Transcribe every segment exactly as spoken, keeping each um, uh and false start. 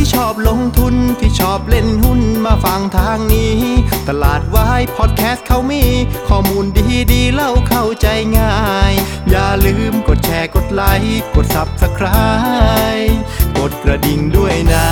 ที่ชอบลงทุนที่ชอบเล่นหุ้นมาฟังทางนี้ตลาดวายพอดแคสต์เขามีข้อมูลดีๆเล่าเข้าใจง่ายอย่าลืมกดแชร์กดไลค์กด ซับสไครบ์ กดกระดิ่งด้วยนะ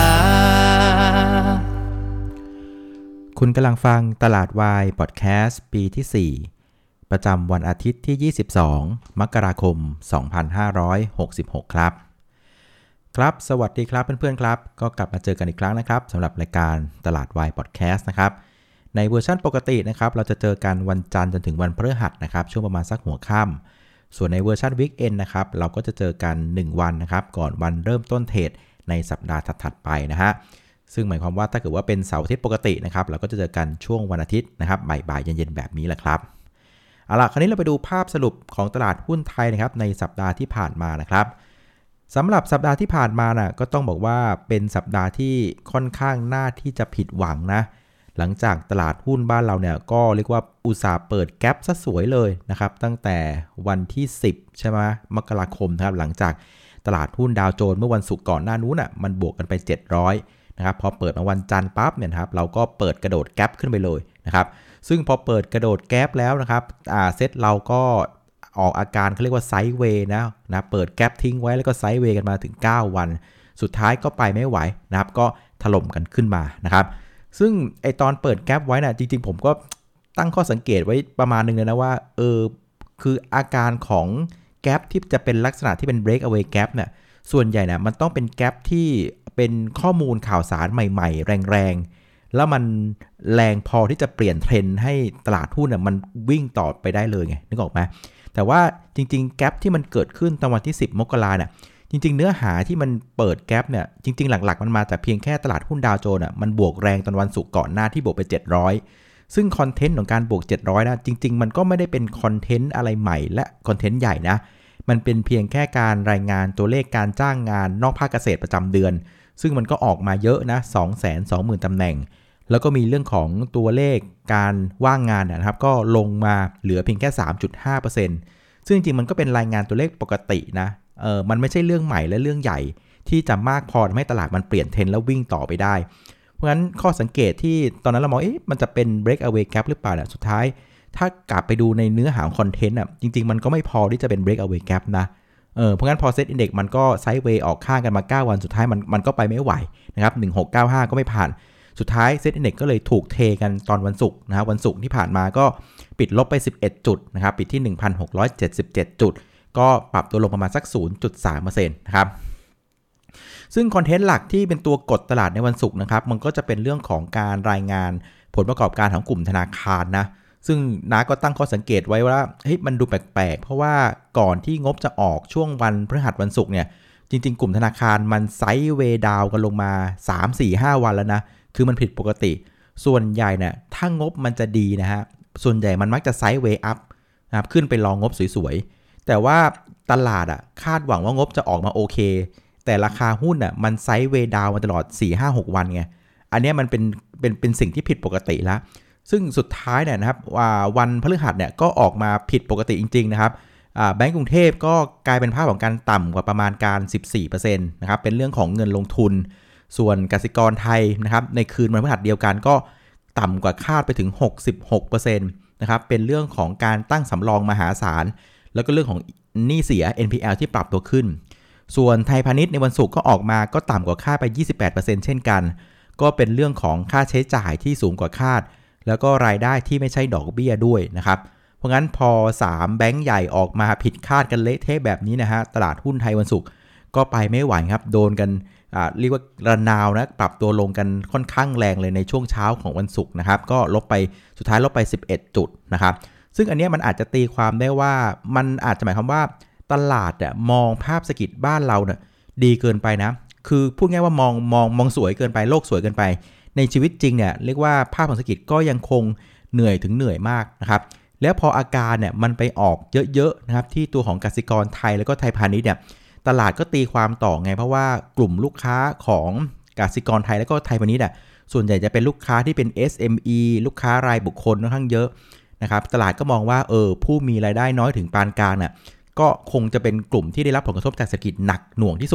คุณกำลังฟังตลาดวายพอดแคสต์ปีที่สี่ประจำวันอาทิตย์ที่ยี่สิบสองมกราคมสองพันห้าร้อยหกสิบหกครับครับสวัสดีครับเพื่อนๆครับก็กลับมาเจอกันอีกครั้งนะครับสำหรับรายการตลาดวายพอดแคสต์นะครับในเวอร์ชันปกตินะครับเราจะเจอกันวันจันทร์จนถึงวันพฤหัสนะครับช่วงประมาณสักหัวค่ำส่วนในเวอร์ชันวีคเอนด์นะครับเราก็จะเจอกันหนึ่งวันนะครับก่อนวันเริ่มต้นเทรดในสัปดาห์ถัดๆไปนะฮะซึ่งหมายความว่าถ้าเกิดว่าเป็นเสาร์อาทิตย์ปกตินะครับเราก็จะเจอกันช่วงวันอาทิตย์นะครับบ่ายๆเย็นๆแบบนี้แหละครับเอาล่ะคราวนี้เราไปดูภาพสรุปของตลาดหุ้นไทยนะครับในสัปดาห์ที่ผ่านมานะครับสำหรับสัปดาห์ที่ผ่านมานะก็ต้องบอกว่าเป็นสัปดาห์ที่ค่อนข้างน่าที่จะผิดหวังนะหลังจากตลาดหุ้นบ้านเราเนี่ยก็เรียกว่าอุตสาห์เปิดแก๊ปซะสวยเลยนะครับตั้งแต่วันที่สิบใช่ไหมมกราคมนะครับหลังจากตลาดหุ้นดาวโจนส์เมื่อวันศุกร์ก่อนหน้านู้นน่ะมันบวกกันไปเจ็ดร้อยนะครับพอเปิดมาวันจันทร์ปั๊บเนี่ยครับเราก็เปิดกระโดดแก๊ปขึ้นไปเลยนะครับซึ่งพอเปิดกระโดดแก๊ปแล้วนะครับอ่าเซตเราก็ออกอาการเขาเรียกว่าไซด์เวย์นะนะเปิดแก๊ปทิ้งไว้แล้วก็ไซด์เวย์กันมาถึงเก้าวันสุดท้ายก็ไปไม่ไหวนะครับก็ถล่มกันขึ้นมานะครับซึ่งไอตอนเปิดแก๊ปไว้นะ่ะจริงๆผมก็ตั้งข้อสังเกตไว้ประมาณนึงเลยนะว่าเออคืออาการของแก๊ปที่จะเป็นลักษณะที่เป็น break away gap เนี่ยส่วนใหญ่นะมันต้องเป็นแก๊ปที่เป็นข้อมูลข่าวสารใหม่ๆแรงๆแล้วมันแรงพอที่จะเปลี่ยนเทรนด์ให้ตลาดหุ้นน่ะมันวิ่งต่อไปได้เลยไงนึกออกไหมแต่ว่าจริงๆแก๊ปที่มันเกิดขึ้นตอนวันที่สิบมกราคมเนี่ยจริงๆเนื้อหาที่มันเปิดแก๊ปเนี่ยจริงๆหลักๆมันมาแต่เพียงแค่ตลาดหุ้นดาวโจนส์อ่ะมันบวกแรงตอนวันศุกร์ก่อนหน้าที่บวกไปเจ็ดร้อยซึ่งคอนเทนต์ของการบวกเจ็ดร้อยนะจริงๆมันก็ไม่ได้เป็นคอนเทนต์อะไรใหม่และคอนเทนต์ใหญ่นะมันเป็นเพียงแค่การรายงานตัวเลขการจ้างงานนอกภาคเกษตรประจำเดือนซึ่งมันก็ออกมาเยอะนะ สองแสนสองหมื่น ตำแหน่งแล้วก็มีเรื่องของตัวเลขการว่างงานนะครับก็ลงมาเหลือเพียงแค่ สามจุดห้าเปอร์เซ็นต์ ซึ่งจริงๆมันก็เป็นรายงานตัวเลขปกตินะเออมันไม่ใช่เรื่องใหม่และเรื่องใหญ่ที่จะมากพอทำให้ตลาดมันเปลี่ยนเทรนด์แล้ววิ่งต่อไปได้เพราะฉะนั้นข้อสังเกตที่ตอนนั้นเรามองเอ๊ะมันจะเป็น break away gap หรือเปล่าเนี่ยสุดท้ายถ้ากลับไปดูในเนื้อหาคอนเทนต์อ่ะจริงๆมันก็ไม่พอที่จะเป็น break away gap นะเออเพราะงั้นพอเซ็ตอินเด็กซ์มันก็ไซด์เวย์ออกข้างกันมาเก้าวันสุดท้ายมันมันก็ไปไม่ไหวนะครับหนึ่งพันหกร้อยเก้าสิบห้าก็ไม่ผ่านสุดท้ายเซ็ตอินเด็กซ์ก็เลยถูกเทกันตอนวันศุกร์นะครับวันศุกร์ที่ผ่านมาก็ปิดลบไปสิบเอ็ดจุดนะครับปิดที่ หนึ่งพันหกร้อยเจ็ดสิบเจ็ด จุดก็ปรับตัวลงประมาณสัก ศูนย์จุดสามเปอร์เซ็นต์ นะครับซึ่งคอนเทนต์หลักที่เป็นตัวกดตลาดในวันศุกร์นะครับมันก็จะเป็นเรื่องของการรายงานผลประกอบการของกลุ่มธนาคารนะซึ่งน้าก็ตั้งข้อสังเกตไว้ว่าเฮ้ยมันดูแปลกๆเพราะว่าก่อนที่งบจะออกช่วงวันพฤหัสวันศุกร์เนี่ยจริงๆกลุ่มธนาคารมันไซด์เวย์ดาวกันลงมา สาม สี่ ห้า วันแล้วนะคือมันผิดปกติส่วนใหญ่เนี่ยถ้างบมันจะดีนะฮะส่วนใหญ่มันมักจะไซด์เวย์อัพนะครับขึ้นไปรองงบสวยๆแต่ว่าตลาดอ่ะคาดหวังว่างบจะออกมาโอเคแต่ราคาหุ้นอ่ะมันไซด์เวย์ดาวมาตลอด สี่ ห้า หก วันไงอันนี้มันเป็นเป็นเป็นสิ่งที่ผิดปกติแล้วซึ่งสุดท้ายเนี่ยนะครับวันพฤหัสเนี่ยก็ออกมาผิดปกติจริงๆนะครับแบงก์กรุงเทพก็กลายเป็นภาพของการต่ำกว่าประมาณการ สิบสี่เปอร์เซ็นต์ นะครับเป็นเรื่องของเงินลงทุนส่วนกสิกรไทยนะครับในคืนวันพฤหัสเดียวกันก็ต่ำกว่าคาดไปถึง หกสิบหกเปอร์เซ็นต์ นะครับเป็นเรื่องของการตั้งสำรองมหาศาลแล้วก็เรื่องของหนี้เสีย เอ็น พี แอล ที่ปรับตัวขึ้นส่วนไทยพาณิชย์ในวันศุกร์ก็ออกมาก็ต่ำกว่าคาดไป ยี่สิบแปดเปอร์เซ็นต์ เช่นกันก็เป็นเรื่องของค่าใช้จ่ายที่สูงกว่าคาดแล้วก็รายได้ที่ไม่ใช่ดอกเบี้ยด้วยนะครับเพราะงั้นพอสามแบงก์ใหญ่ออกมาผิดคาดกันเละเทะแบบนี้นะฮะตลาดหุ้นไทยวันศุกร์ก็ไปไม่ไหวครับโดนกันอ่าเรียกว่าระนาวนะปรับตัวลงกันค่อนข้างแรงเลยในช่วงเช้าของวันศุกร์นะครับก็ลบไปสุดท้ายลบไปสิบเอ็ดจุดนะครับซึ่งอันนี้มันอาจจะตีความได้ว่ามันอาจจะหมายความว่าตลาดอ่ะมองภาพเศรษฐกิจบ้านเราเนี่ยดีเกินไปนะคือพูดง่ายว่ามองมองมองสวยเกินไปโลกสวยเกินไปในชีวิตจริงเนี่ยเรียกว่าภาพของเศรษฐกิจก็ยังคงเหนื่อยถึงเหนื่อยมากนะครับแล้วพออาการเนี่ยมันไปออกเยอะๆนะครับที่ตัวของกสิกรไทยแล้วก็ไทยพาณิชย์เนี่ยตลาดก็ตีความต่อไงเพราะว่ากลุ่มลูกค้าของกสิกรไทยแล้วก็ไทยพาณิชย์อ่ะส่วนใหญ่จะเป็นลูกค้าที่เป็น เอส เอ็ม อี ลูกค้ารายบุคคลค่อนข้างเยอะนะครับตลาดก็มองว่าเออผู้มีรายได้น้อยถึงปานกลางน่ะก็คงจะเป็นกลุ่มที่ได้รับผลกระทบจากเศรษฐกิจหนักหน่วงที่สุด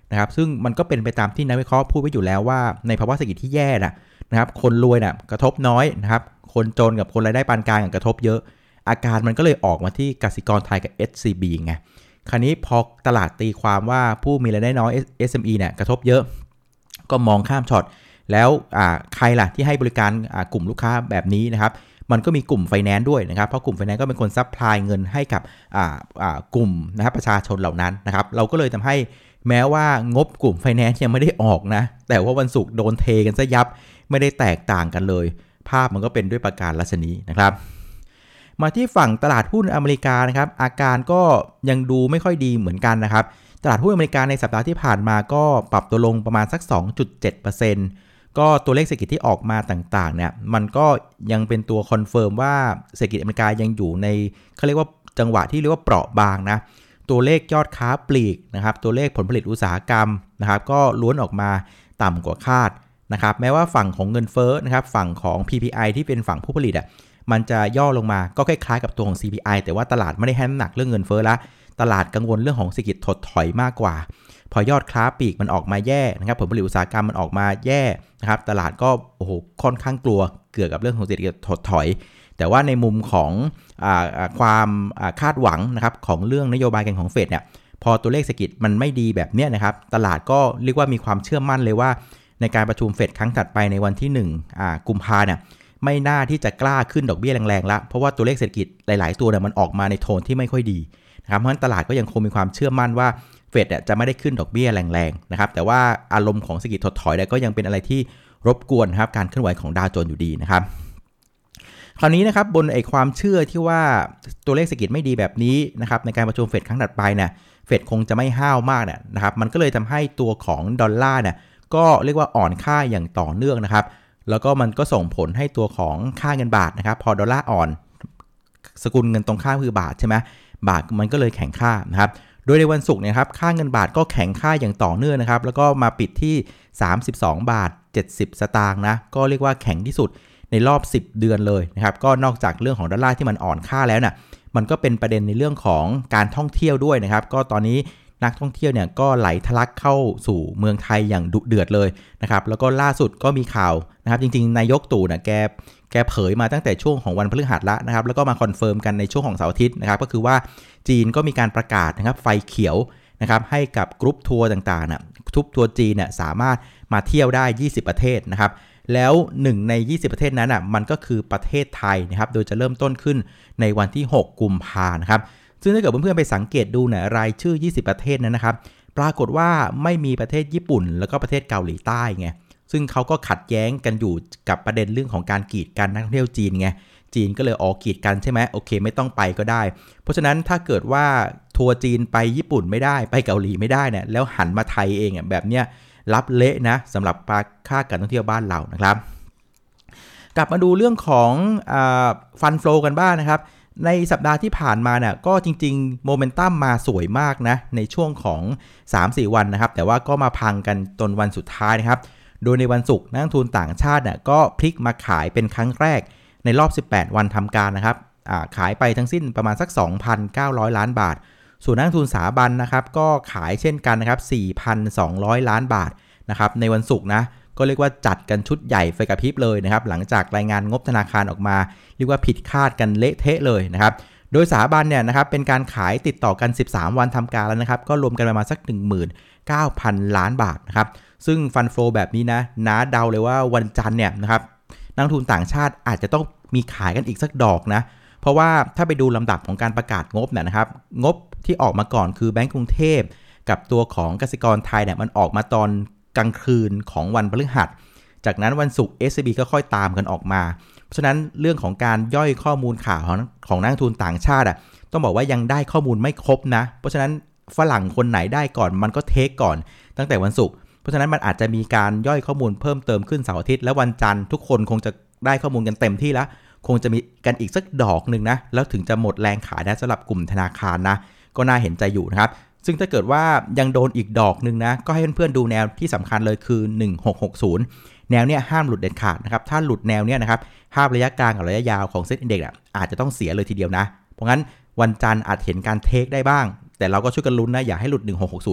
นะครับซึ่งมันก็เป็นไปตามที่นักวิเคราะห์พูดไว้อยู่แล้วว่าในภาวะเศรษฐกิจที่แย่นะนะครับคนรวยนะกระทบน้อยนะครับคนจนกับคนรายได้ปานกลางกระทบเยอะอาการมันก็เลยออกมาที่กสิกรไทยกับ เอส ซี บี ไงคราวนี้พอตลาดตีความว่าผู้มีรายได้น้อย เอส เอ็ม อี เนี่ยกระทบเยอะก็มองข้ามช็อตแล้วใครล่ะที่ให้บริการกลุ่มลูกค้าแบบนี้นะครับมันก็มีกลุ่มไฟแนนซ์ด้วยนะครับเพราะกลุ่มไฟแนนซ์ก็เป็นคนซัพพลายเงินให้กับกลุ่มนะครับประชาชนเหล่านั้นนะครับเราก็เลยทำให้แม้ว่างบกลุ่มไฟแนนซ์ยังไม่ได้ออกนะแต่ว่าวันศุกร์โดนเทกันซะยับไม่ได้แตกต่างกันเลยภาพมันก็เป็นด้วยประการลักษณะนี้นะครับมาที่ฝั่งตลาดหุ้นอเมริกานะครับอาการก็ยังดูไม่ค่อยดีเหมือนกันนะครับตลาดหุ้นอเมริกาในสัปดาห์ที่ผ่านมาก็ปรับตัวลงประมาณสัก สองจุดเจ็ดเปอร์เซ็นต์ ก็ตัวเลขเศรษฐกิจที่ออกมาต่างๆเนี่ยมันก็ยังเป็นตัวคอนเฟิร์มว่าเศรษฐกิจอเมริกายังอยู่ในเขาเรียกว่าจังหวะที่เรียกว่าเปราะบางนะตัวเลขยอดค้าปลีกนะครับตัวเลขผลผลิตอุตสาหกรรมนะครับก็ล้วนออกมาต่ำกว่าคาดนะครับแม้ว่าฝั่งของเงินเฟ้อนะครับฝั่งของ พี พี ไอ ที่เป็นฝั่งผู้ผลิตอ่ะมันจะย่อลงมาก็คล้ายๆกับตัวของ ซี พี ไอ แต่ว่าตลาดไม่ได้ให้น้ำหนักเรื่องเงินเฟ้อละตลาดกังวลเรื่องของเศรษฐกิจถดถอยมากกว่าพอยอดค้าปลีกมันออกมาแย่นะครับผลผลิตอุตสาหกรรมมันออกมาแย่นะครับตลาดก็โอ้โหค่อนข้างกลัวเกี่ยวกับเรื่องของเศรษฐกิจถดถอยแต่ว่าในมุมของอ่าความคาดหวังนะครับของเรื่องนโยบายการของเฟดเนี่ยพอตัวเลขเศรษฐกิจมันไม่ดีแบบเนี้ยนะครับตลาดก็เรียกว่ามีความเชื่อมั่นเลยว่าในการประชุมเฟดครั้งถัดไปในวันที่หนึ่งอ่ากุมภาเนี่ยไม่น่าที่จะกล้าขึ้นดอกเบี้ยแรงๆละเพราะว่าตัวเลขเศรษฐกิจหลายๆตัวเนี่ยมันออกมาในโทนที่ไม่ค่อยดีนะครับเพราะฉะนั้นตลาดก็ยังคงมีความเชื่อมั่นว่าเฟดจะไม่ได้ขึ้นดอกเบี้ยแรงๆนะครับแต่ว่าอารมณ์ของเศรษฐกิจถดถอยก็ยังเป็นอะไรที่รบกวนครับการเคลื่อนไหวของดาวโจนส์อยู่ดีนะครับคราวนี้นะครับบนไอ้ความเชื่อที่ว่าตัวเลขเศรษฐกิจไม่ดีแบบนี้นะครับในการประชุมเฟดครั้งถัดไปเนี่ยเฟดคงจะไม่ห้าวมากเนี่ยนะครับมันก็เลยทำให้ตัวของดอลลาร์เนี่ยก็เรียกว่าอ่อนค่าอย่างต่อเนื่องนะครับแล้วก็มันก็ส่งผลให้ตัวของค่าเงินบาทนะครับพอดอลลาร์อ่อนสกุลเงินตรงข้ามคือบาทใช่ไหมบาทมันก็เลยแข็งค่านะครับโดยในวันศุกร์เนี่ยครับค่าเงินบาทก็แข็งค่าอย่างต่อเนื่องนะครับแล้วก็มาปิดที่สามสิบสองบาทเจ็ดสิบสตางค์นะก็เรียกว่าแข็งที่สุดในรอบสิบเดือนเลยนะครับก็นอกจากเรื่องของดอลลาร์ที่มันอ่อนค่าแล้วนะ่ะมันก็เป็นประเด็นในเรื่องของการท่องเที่ยวด้วยนะครับก็ตอนนี้นักท่องเที่ยวเนี่ยก็ไหลทะลักเข้าสู่เมืองไทยอย่างดุเดือดเลยนะครับแล้วก็ล่าสุดก็มีข่าวนะครับจริงๆนายกตู่นะแกแกเผยมาตั้งแต่ช่วงของวันพฤหัสแล้วนะครับแล้วก็มาคอนเฟิร์มกันในช่วงของเสาร์อาทิตย์นะครับก็คือว่าจีนก็มีการประกาศนะครับไฟเขียวนะครับให้กับกรุ๊ปทัวร์ต่างๆนะทุกทัวร์จีนเนี่ยสามารถมาเที่ยวได้ยี่สิบประเทศนะครับแล้วหนึ่งในยี่สิบประเทศนั้นอ่ะมันก็คือประเทศไทยนะครับโดยจะเริ่มต้นขึ้นในวันที่หกกุมภาพันธ์นะครับซึ่งถ้าเกิดเพื่อนๆไปสังเกตดูเนี่ยรายชื่อยี่สิบประเทศนั้นนะครับปรากฏว่าไม่มีประเทศญี่ปุ่นแล้วก็ประเทศเกาหลีใต้ไงซึ่งเขาก็ขัดแย้งกันอยู่กับประเด็นเรื่องของการกีดกันนักท่องเที่ยวจีนไงจีนก็เลยออกกีดกันใช่ไหมโอเคไม่ต้องไปก็ได้เพราะฉะนั้นถ้าเกิดว่าทัวร์จีนไปญี่ปุ่นไม่ได้ไปเกาหลีไม่ได้เนี่ยแล้วหันมาไทยเองอ่ะแบบเนี้ยรับเละนะสำหรับค่าการท่องเที่ยวบ้านเรานะครับกลับมาดูเรื่องของฟันโฟลกันบ้าง นะครับในสัปดาห์ที่ผ่านมาเนี่ยก็จริงๆโมเมนตัมมาสวยมากนะในช่วงของ สามถึงสี่ วันนะครับแต่ว่าก็มาพังกันจนวันสุดท้ายนะครับโดยในวันศุกร์นักลงทุนต่างชาติเนี่ยก็พลิกมาขายเป็นครั้งแรกในรอบสิบแปดวันทำการนะครับขายไปทั้งสิ้นประมาณสัก สองพันเก้าร้อย ล้านบาทส่วนนักลงทุนสถาบันนะครับก็ขายเช่นกันนะครับ สี่พันสองร้อย ล้านบาทนะครับในวันศุกร์นะก็เรียกว่าจัดกันชุดใหญ่ไฟกระพริบเลยนะครับหลังจากรายงานงบธนาคารออกมาเรียกว่าผิดคาดกันเละเทะเลยนะครับโดยสถาบันเนี่ยนะครับเป็นการขายติดต่อกันสิบสามวันทำการแล้วนะครับก็รวมกันประมาณสัก หนึ่งหมื่นเก้าพัน ล้านบาทนะครับซึ่งฟันโฟลแบบนี้นะน้าเดาเลยว่าวันจันทร์เนี่ยนะครับนักลงทุนต่างชาติอาจจะต้องมีขายกันอีกสักดอกนะเพราะว่าถ้าไปดูลำดับของการประกาศงบเนี่ยนะครับงบที่ออกมาก่อนคือแบงก์กรุงเทพกับตัวของกสิกรไทยเนี่ยมันออกมาตอนกลางคืนของวันพฤหัสจากนั้นวันศุกร์ เอส ซี บี ก็ค่อยตามกันออกมาเพราะฉะนั้นเรื่องของการย่อยข้อมูลข่าวของของนักลงทุนต่างชาติอ่ะต้องบอกว่ายังได้ข้อมูลไม่ครบนะเพราะฉะนั้นฝรั่งคนไหนได้ก่อนมันก็เทคก่อนตั้งแต่วันศุกร์เพราะฉะนั้นมันอาจจะมีการย่อยข้อมูลเพิ่มเติมขึ้นเสาร์อาทิตย์และวันจันทร์ทุกคนคงจะได้ข้อมูลกันเต็มที่แล้วคงจะมีกันอีกสักดอกนึงนะแล้วถึงจะหมดแรงขายนะสำหรับกลุ่มธนาคารนะก็น่าเห็นใจอยู่นะครับซึ่งถ้าเกิดว่ายังโดนอีกดอกนึงนะก็ให้เพื่อนๆดูแนวที่สำคัญเลยคือหนึ่งพันหกร้อยหกสิบแนวเนี้ยห้ามหลุดเด็ดขาดนะครับถ้าหลุดแนวเนี้ยนะครับภาพระยะกลางกับระยะยาวของเซ็ตอินเด็กซ์อาจจะต้องเสียเลยทีเดียวนะเพราะงั้นวันจันทร์อาจเห็นการเทคได้บ้างแต่เราก็ช่วยกันลุ้นนะอย่าให้หลุดหนึ่งพันหกร้อยหกสิบ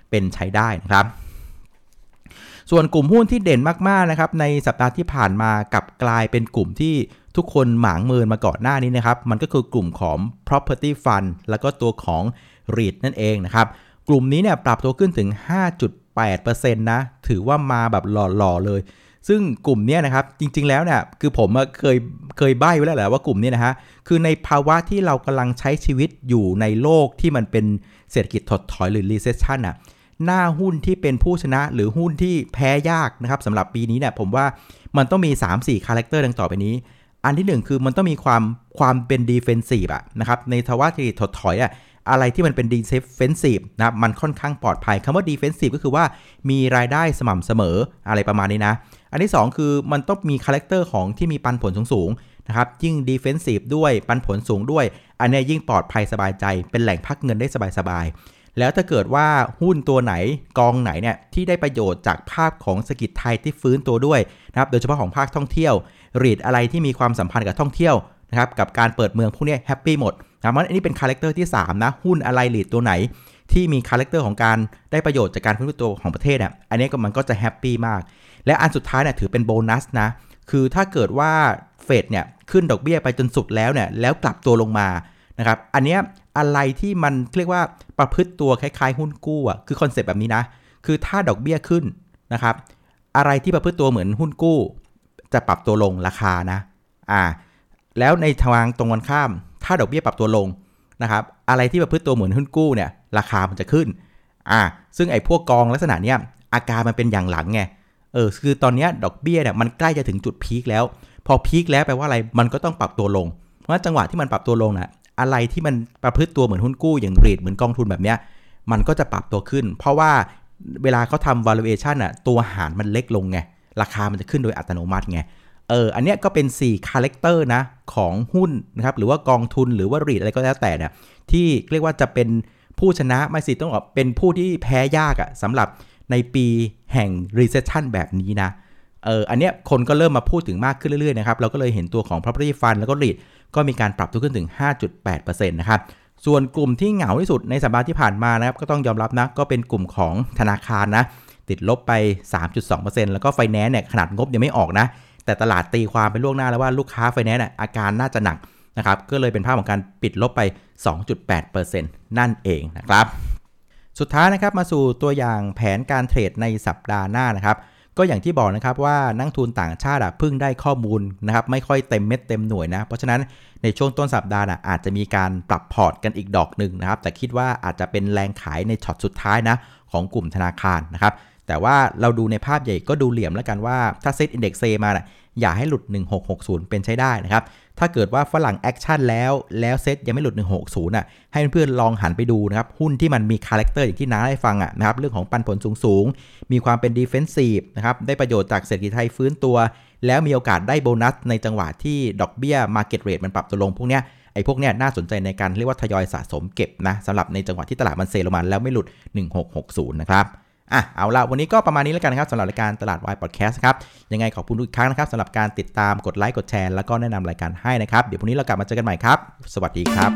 เป็นใช้ได้นะครับส่วนกลุ่มหุ้นที่เด่นมากๆนะครับในสัปดาห์ที่ผ่านมากลับกลายเป็นกลุ่มที่ทุกคนหมางเมินมาก่อนหน้านี้นะครับมันก็คือกลุ่มของ property fund แล้วก็ตัวของ รีท นั่นเองนะครับกลุ่มนี้เนี่ยปรับตัวขึ้นถึง ห้าจุดแปดเปอร์เซ็นต์ นะถือว่ามาแบบหล่อๆเลยซึ่งกลุ่มนี้นะครับจริงๆแล้วเนี่ยคือผมเคยเคยใบ้ไว้แล้วแหละว่ากลุ่มนี้นะฮะคือในภาวะที่เรากำลังใช้ชีวิตอยู่ในโลกที่มันเป็นเศรษฐกิจถดถอยหรือ recession น่ะหน้าหุ้นที่เป็นผู้ชนะหรือหุ้นที่แพ้ยากนะครับสำหรับปีนี้เนี่ยผมว่ามันต้องมี สามสี่ คาแรคเตอร์ดังต่อไปนี้อันที่หนึ่งคือมันต้องมีความความเป็น defensive อะนะครับในภาวะที่ถดถอยอะอะไรที่มันเป็น defensive นะครับมันค่อนข้างปลอดภัยคำว่า defensive ก็คือว่ามีรายได้สม่ำเสมออะไรประมาณนี้นะอันที่สองคือมันต้องมีคาแรคเตอร์ของที่มีปันผลสูงๆนะครับยิ่ง defensive ด้วยปันผลสูงด้วยอันนี้ยิ่งปลอดภัยสบายใจเป็นแหล่งพักเงินได้สบายๆแล้วถ้าเกิดว่าหุ้นตัวไหนกองไหนเนี่ยที่ได้ประโยชน์จากภาพของเศรษฐกิจไทยที่ฟื้นตัวด้วยนะครับโดยเฉพาะของภาคท่องเที่ยวรีทอะไรที่มีความสัมพันธ์กับท่องเที่ยวนะครับกับการเปิดเมืองพวกนี้แฮปปี้หมดนะมันอันนี้เป็นคาแรคเตอร์ที่สามนะหุ้นอะไรรีทตัวไหนที่มีคาแรคเตอร์ของการได้ประโยชน์จากการฟื้นตัวของประเทศอ่ะอันนี้ก็มันก็จะแฮปปี้มากและอันสุดท้ายเนี่ยถือเป็นโบนัสนะคือถ้าเกิดว่าเฟดเนี่ยขึ้นดอกเบี้ยไปจนสุดแล้วเนี่ยแล้วกลับตัวลงมานะครับอันเนี้ยอะไรที่มันเรียกว่าประพฤติตัวคล้ายๆหุ้นกู้อ่ะคือคอนเซ็ปต์แบบนี้นะคือถ้าดอกเบี้ยขึ้นนะครับอะไรที่ประพฤติตัวเหมือนหุ้นกู้จะปรับตัวลงราคานะอ่าแล้วในทางตรงกันข้ามถ้าดอกเบี้ยปรับตัวลงนะครับอะไรที่ประพฤติตัวเหมือนหุ้นกู้เนี่ยราคามันจะขึ้นอ่าซึ่งไอ้พวกกองลักษณะเนี้ยอาการมันเป็นอย่างหลังไงเออคือตอนนี้ดอกเบี้ยเนี่ยมันใกล้จะถึงจุดพีคแล้วพอพีคแล้วแปลว่าอะไรมันก็ต้องปรับตัวลงเพราะจังหวะที่มันปรับตัวลงนะอะไรที่มันประพฤติตัวเหมือนหุ้นกู้อย่างรีทเหมือนกองทุนแบบเนี้ยมันก็จะปรับตัวขึ้นเพราะว่าเวลาเขาทำ valuation อ่ะตัวหารมันเล็กลงไงราคามันจะขึ้นโดยอัตโนมัติไงเอออันเนี้ยก็เป็นสี่คาแรคเตอร์นะของหุ้นนะครับหรือว่ากองทุนหรือว่ารีทอะไรก็แล้วแต่เนี่ยที่เรียกว่าจะเป็นผู้ชนะไม่สิต้องบอกเป็นผู้ที่แพ้ยากอ่ะสำหรับในปีแห่ง recession แบบนี้นะเอออันเนี้ยคนก็เริ่มมาพูดถึงมากขึ้นเรื่อยๆนะครับเราก็เลยเห็นตัวของ property fund แล้วก็ รีท ก็มีการปรับตัวขึ้นถึง ห้าจุดแปดเปอร์เซ็นต์ นะครับส่วนกลุ่มที่เหงาที่สุดในสัปดาห์ที่ผ่านมานะครับก็ต้องยอมรับนะก็เป็นกลุ่มของธนาคารนะติดลบไป สามจุดสองเปอร์เซ็นต์ แล้วก็ไฟแนนซ์เนี่ยขนาดงบยังไม่ออกนะแต่ตลาดตีความไปล่วงหน้าแล้วว่าลูกค้าไฟแนนซ์อาการน่าจะหนักนะครับก็เลยเป็นภาพของการปิดลบไป สองจุดแปดเปอร์เซ็นต์ นั่นเองนะครับสุดท้ายนะครับมาสู่ตัวอย่างแผนการเทรดในสัปดาห์หน้านะครับก็อย่างที่บอกนะครับว่านักทุนต่างชาติเพิ่งได้ข้อมูลนะครับไม่ค่อยเต็มเม็ดเต็มหน่วยนะเพราะฉะนั้นในช่วงต้นสัปดาห์อาจจะมีการปรับพอร์ตกันอีกดอกหนึ่งนะครับแต่คิดว่าอาจจะเป็นแรงขายในช็อตสุดท้ายนะของกลุ่มธนาคารนะครับแต่ว่าเราดูในภาพใหญ่ก็ดูเหลี่ยมแล้วกันว่าถ้าเซ็ตอินเด็กซ์เซมาน่ะอย่าให้หลุดหนึ่งพันหกร้อยหกสิบเป็นใช้ได้นะครับถ้าเกิดว่าฝรั่งแอคชั่นแล้วแล้วเซ็ตยังไม่หลุดหนึ่งพันหกร้อยหกสิบน่ะให้เพื่อนๆลองหันไปดูนะครับหุ้นที่มันมีคาแรคเตอร์อย่างที่น้าให้ฟังอ่ะนะครับเรื่องของปันผลสูงๆมีความเป็นดิเฟนซีฟนะครับได้ประโยชน์จากเศรษฐกิจไทยฟื้นตัวแล้วมีโอกาสได้โบนัสในจังหวะที่ดอกเบี้ย market rate มันปรับตัวลงพวกเนี้ยไอ้พวกเนี้ยน่าสนใจในการเรียกว่าทยอยสะสมเก็บนะสำหรับในจังหวะที่ตลาดมันเซลงมาแล้วไม่หลุดหนึ่งพันหกร้อยหกสิบนะครับอ่ะเอาละวันนี้ก็ประมาณนี้แล้วกันนะครับสำหรับรายการตลาดวายพอดแคสต์ครับยังไงขอบคุณทุกครั้งนะครับสำหรับการติดตามกดไลค์กดแชร์แล้วก็แนะนำรายการให้นะครับเดี๋ยวพรุ่งนี้เรากลับมาเจอกันใหม่ครับสวัสดีครับ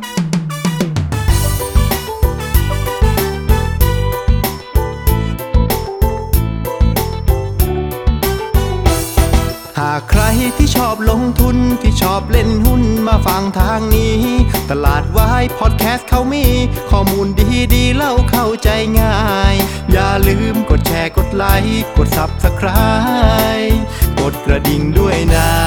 หากใครที่ชอบลงทุนที่ชอบเล่นหุ้นมาฟังทางนี้ตลาดวายพอดแคสต์เขามีข้อมูลดีๆเล่าเข้าใจง่ายอย่าลืมกดแชร์กดไลค์กด ซับสไครบ์ กดกระดิ่งด้วยนะ